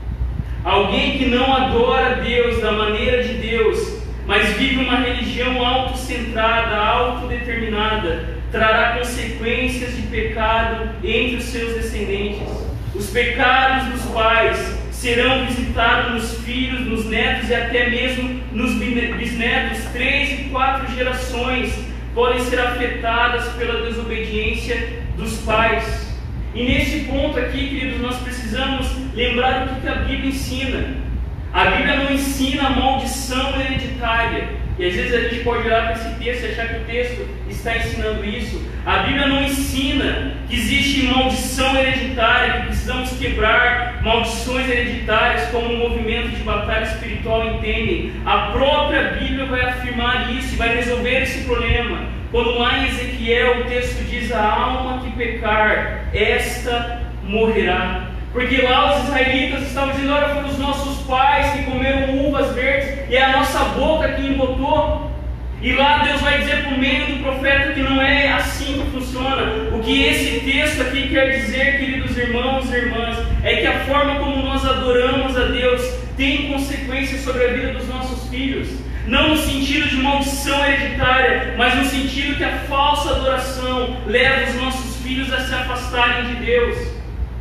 Alguém que não adora Deus da maneira de Deus, mas vive uma religião autocentrada, autodeterminada, trará consequências de pecado entre os seus descendentes. Os pecados dos pais serão visitados nos filhos, nos netos e até mesmo nos bisnetos. Três e quatro gerações podem ser afetadas pela desobediência dos pais. E nesse ponto aqui, queridos, nós precisamos lembrar o que a Bíblia ensina. A Bíblia não ensina a maldição hereditária. E às vezes a gente pode olhar para esse texto e achar que o texto está ensinando isso. A Bíblia não ensina que existe maldição hereditária, que precisamos quebrar maldições hereditárias como um movimento de batalha espiritual, entendem? A própria Bíblia vai afirmar isso e vai resolver esse problema. Quando lá em Ezequiel o texto diz: a alma que pecar, esta morrerá. Porque lá os israelitas estavam dizendo: olha, foram os nossos pais que comeram uvas verdes e é a nossa boca que embotou. E lá Deus vai dizer por meio do profeta que não é assim que funciona. O que esse texto aqui quer dizer, queridos irmãos e irmãs, é que a forma como nós adoramos a Deus tem consequências sobre a vida dos nossos filhos. Não no sentido de maldição hereditária, mas no sentido que a falsa adoração leva os nossos filhos a se afastarem de Deus.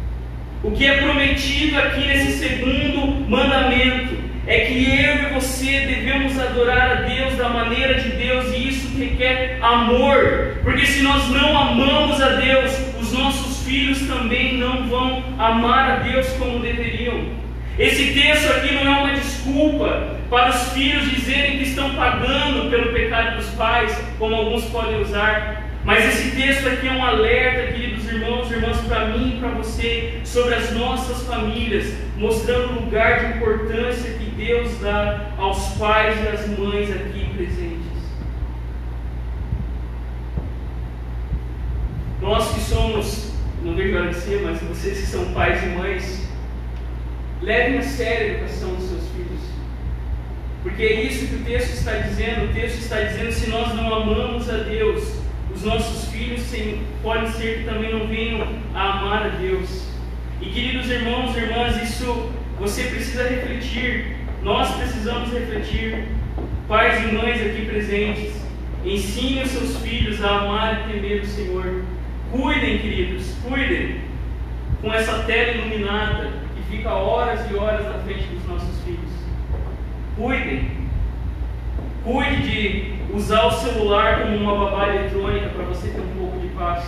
O que é prometido aqui nesse segundo mandamento é que eu e você devemos adorar a Deus da maneira de Deus, e isso requer amor, porque se nós não amamos a Deus, os nossos filhos também não vão amar a Deus como deveriam. Esse texto aqui não é uma desculpa para os filhos dizerem que estão pagando pelo pecado dos pais, como alguns podem usar. Mas esse texto aqui é um alerta, queridos irmãos e irmãs, para mim e para você, sobre as nossas famílias, mostrando o lugar de importância que Deus dá aos pais e às mães aqui presentes. Nós que somos, não vejo a hora de ser, mas vocês que são pais e mães, levem a sério a educação dos seus filhos. Porque é isso que o texto está dizendo. O texto está dizendo: se nós não amamos a Deus, os nossos filhos podem ser que também não venham a amar a Deus. E queridos irmãos e irmãs, isso você precisa refletir. Nós precisamos refletir. Pais e mães aqui presentes, ensinem os seus filhos a amar e temer o Senhor. Cuidem, queridos, cuidem com essa tela iluminada que fica horas e horas na frente dos nossos filhos. Cuidem. Cuide de usar o celular como uma babá eletrônica para você ter um pouco de paz.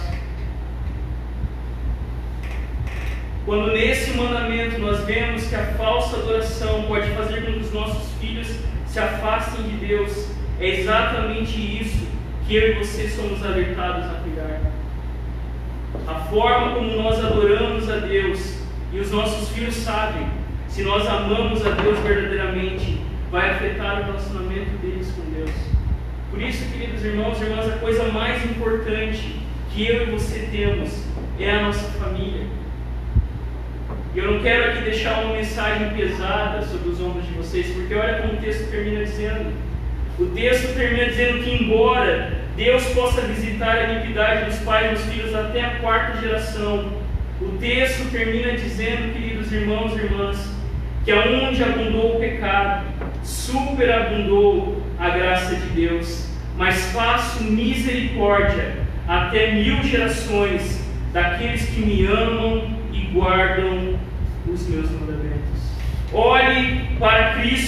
Quando nesse mandamento nós vemos que a falsa adoração pode fazer com que os nossos filhos se afastem de Deus, é exatamente isso que eu e você somos alertados a cuidar. A forma como nós adoramos a Deus, e os nossos filhos sabem, se nós amamos a Deus verdadeiramente, vai afetar o relacionamento deles com Deus. Por isso, queridos irmãos e irmãs, a coisa mais importante que eu e você temos é a nossa família. E eu não quero aqui deixar uma mensagem pesada sobre os ombros de vocês, porque olha como o texto termina dizendo. O texto termina dizendo que, embora Deus possa visitar a iniquidade dos pais e dos filhos até a quarta geração, o texto termina dizendo, queridos irmãos e irmãs, que aonde abundou o pecado, superabundou a graça de Deus, mas faço misericórdia até mil gerações daqueles que me amam e guardam os meus mandamentos. Olhe para Cristo.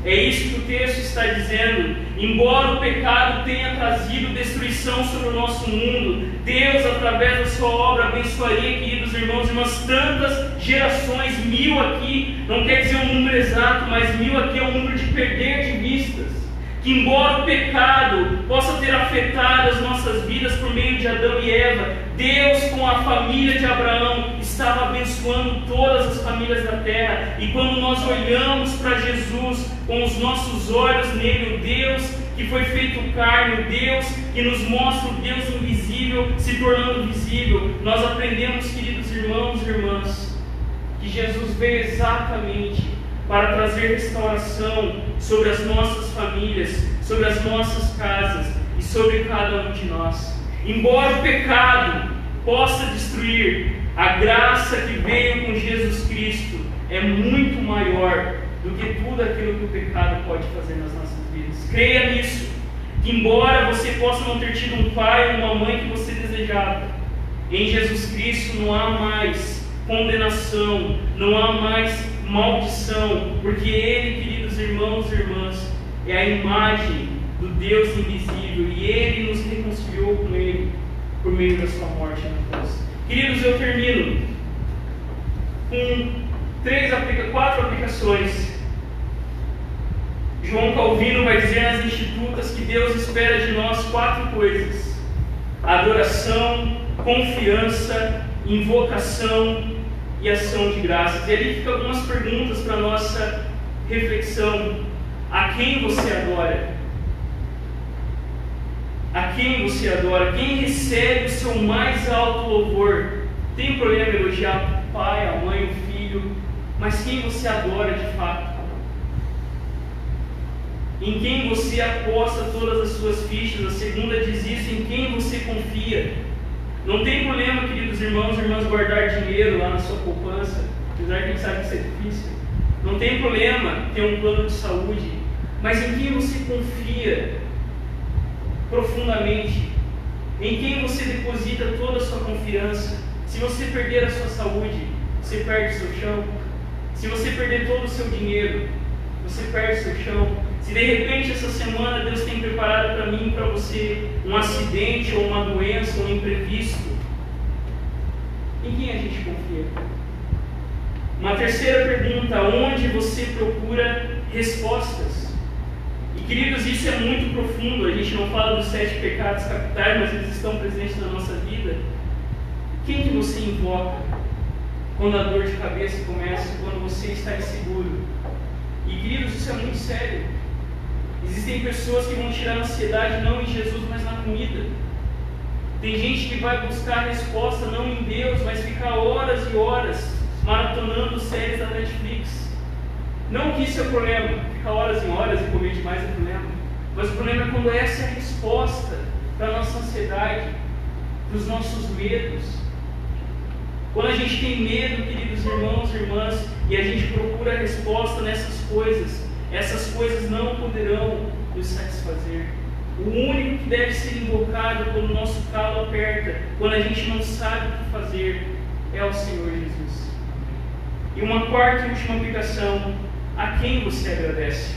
É isso que o texto está dizendo. Embora o pecado tenha trazido destruição sobre o nosso mundo, Deus, através da sua obra, abençoaria, queridos irmãos e irmãs, tantas gerações. Mil aqui não quer dizer um número exato, mas mil aqui é um número de perder de vistas. Que embora o pecado possa ter afetado as nossas vidas por meio de Adão e Eva, Deus, com a família de Abraão, estava abençoando todas as famílias da terra. E quando nós olhamos para Jesus com os nossos olhos nele, o Deus que foi feito carne, o Deus que nos mostra o Deus invisível se tornando visível, nós aprendemos, queridos irmãos e irmãs, que Jesus veio exatamente para trazer restauração sobre as nossas famílias, sobre as nossas casas e sobre cada um de nós. Embora o pecado possa destruir, a graça que veio com Jesus Cristo é muito maior do que tudo aquilo que o pecado pode fazer nas nossas vidas. Creia nisso, que embora você possa não ter tido um pai ou uma mãe que você desejava, em Jesus Cristo não há mais condenação, não há mais maldição, porque Ele, queridos irmãos e irmãs, é a imagem do Deus invisível e Ele nos reconciliou com Ele por meio da sua morte na cruz. Queridos, eu termino com três, quatro aplicações. João Calvino vai dizer nas Institutas que Deus espera de nós quatro coisas: adoração, confiança, invocação e ação de graças. E ali fica algumas perguntas para a nossa reflexão. A quem você adora? A quem você adora? Quem recebe o seu mais alto louvor? Tem problema em elogiar o pai, a mãe, o filho, mas quem você adora de fato? Em quem você aposta todas as suas fichas? A segunda diz isso: em quem você confia? Não tem problema, queridos irmãos e irmãs, guardar dinheiro lá na sua poupança, apesar que a gente sabe que isso é difícil. Não tem problema ter um plano de saúde, mas em quem você confia profundamente? Em quem você deposita toda a sua confiança? Se você perder a sua saúde, você perde o seu chão. Se você perder todo o seu dinheiro, você perde o seu chão. Se de repente essa semana Deus tem preparado para mim e para você um acidente ou uma doença ou um imprevisto, em quem a gente confia? Uma terceira pergunta: onde você procura respostas? E queridos, isso é muito profundo. A gente não fala dos sete pecados capitais, mas eles estão presentes na nossa vida. Quem que você invoca quando a dor de cabeça começa, quando você está inseguro? E queridos, isso é muito sério. Existem pessoas que vão tirar a ansiedade não em Jesus, mas na comida. Tem gente que vai buscar a resposta não em Deus, mas ficar horas e horas maratonando séries da Netflix. Não que isso é o problema, ficar horas e horas e comer demais é problema. Mas o problema é quando essa é a resposta para a nossa ansiedade, para os nossos medos. Quando a gente tem medo, queridos irmãos e irmãs, e a gente procura a resposta nessas coisas, essas coisas não poderão nos satisfazer. O único que deve ser invocado quando o nosso calo aperta, quando a gente não sabe o que fazer, é o Senhor Jesus. E uma quarta e última aplicação: a quem você agradece?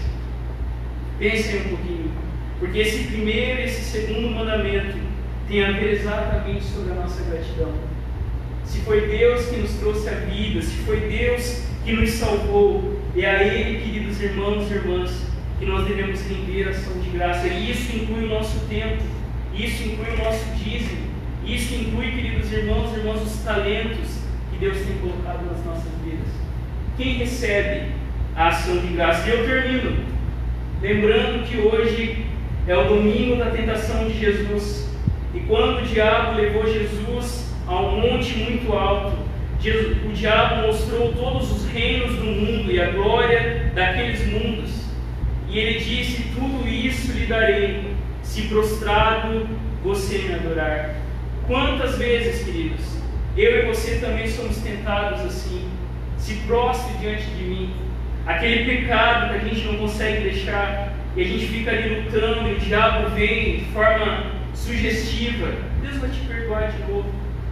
Pense aí um pouquinho, porque esse primeiro e esse segundo mandamento tem a ver exatamente sobre a nossa gratidão. Se foi Deus que nos trouxe a vida, se foi Deus que nos salvou, é a Ele, queridos irmãos e irmãs, que nós devemos render ação de graça. E isso inclui o nosso tempo, isso inclui o nosso dízimo, isso inclui, queridos irmãos e irmãs, os talentos que Deus tem colocado nas nossas vidas. Quem recebe a ação de graça? E eu termino lembrando que hoje é o domingo da tentação de Jesus, e quando o diabo levou Jesus a um monte muito alto, o diabo mostrou todos os reinos do mundo e a glória daqueles mundos, e ele disse: tudo isso lhe darei, se prostrado você me adorar. Quantas vezes, queridos, eu e você também somos tentados assim: se prostre diante de mim. Aquele pecado que a gente não consegue deixar, e a gente fica ali lutando, e o diabo vem de forma sugestiva: Deus vai te perdoar de novo.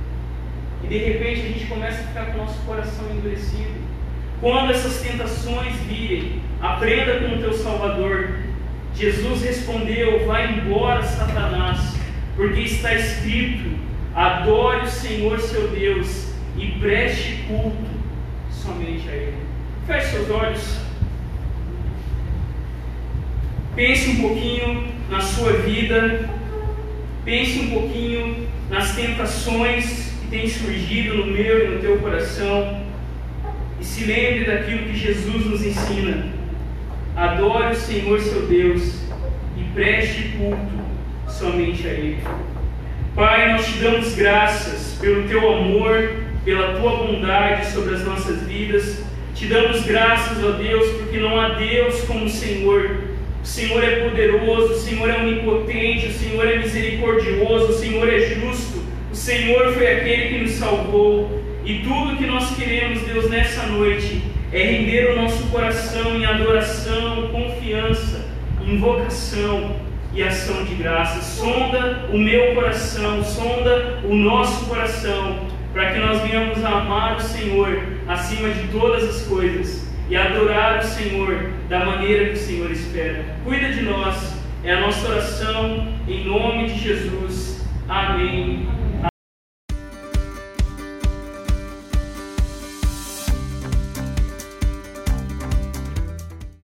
E de repente a gente começa a ficar com o nosso coração endurecido. Quando essas tentações virem, aprenda com o teu Salvador. Jesus respondeu: vai embora, Satanás, porque está escrito: adore o Senhor seu Deus e preste culto somente a Ele. Feche seus olhos. Pense um pouquinho na sua vida. Pense um pouquinho nas tentações que têm surgido no meu e no teu coração. E se lembre daquilo que Jesus nos ensina. Adore o Senhor seu Deus e preste culto somente a Ele. Pai, nós te damos graças pelo teu amor, pela tua bondade sobre as nossas vidas. Te damos graças, ó Deus, porque não há Deus como o Senhor. O Senhor é poderoso, o Senhor é onipotente, o Senhor é misericordioso, o Senhor é justo. O Senhor foi aquele que nos salvou. E tudo que nós queremos, Deus, nessa noite é render o nosso coração em adoração, confiança, invocação e ação de graça. Sonda o meu coração, sonda o nosso coração, para que nós venhamos a amar o Senhor acima de todas as coisas e adorar o Senhor da maneira que o Senhor espera. Cuida de nós, é a nossa oração, em nome de Jesus. Amém.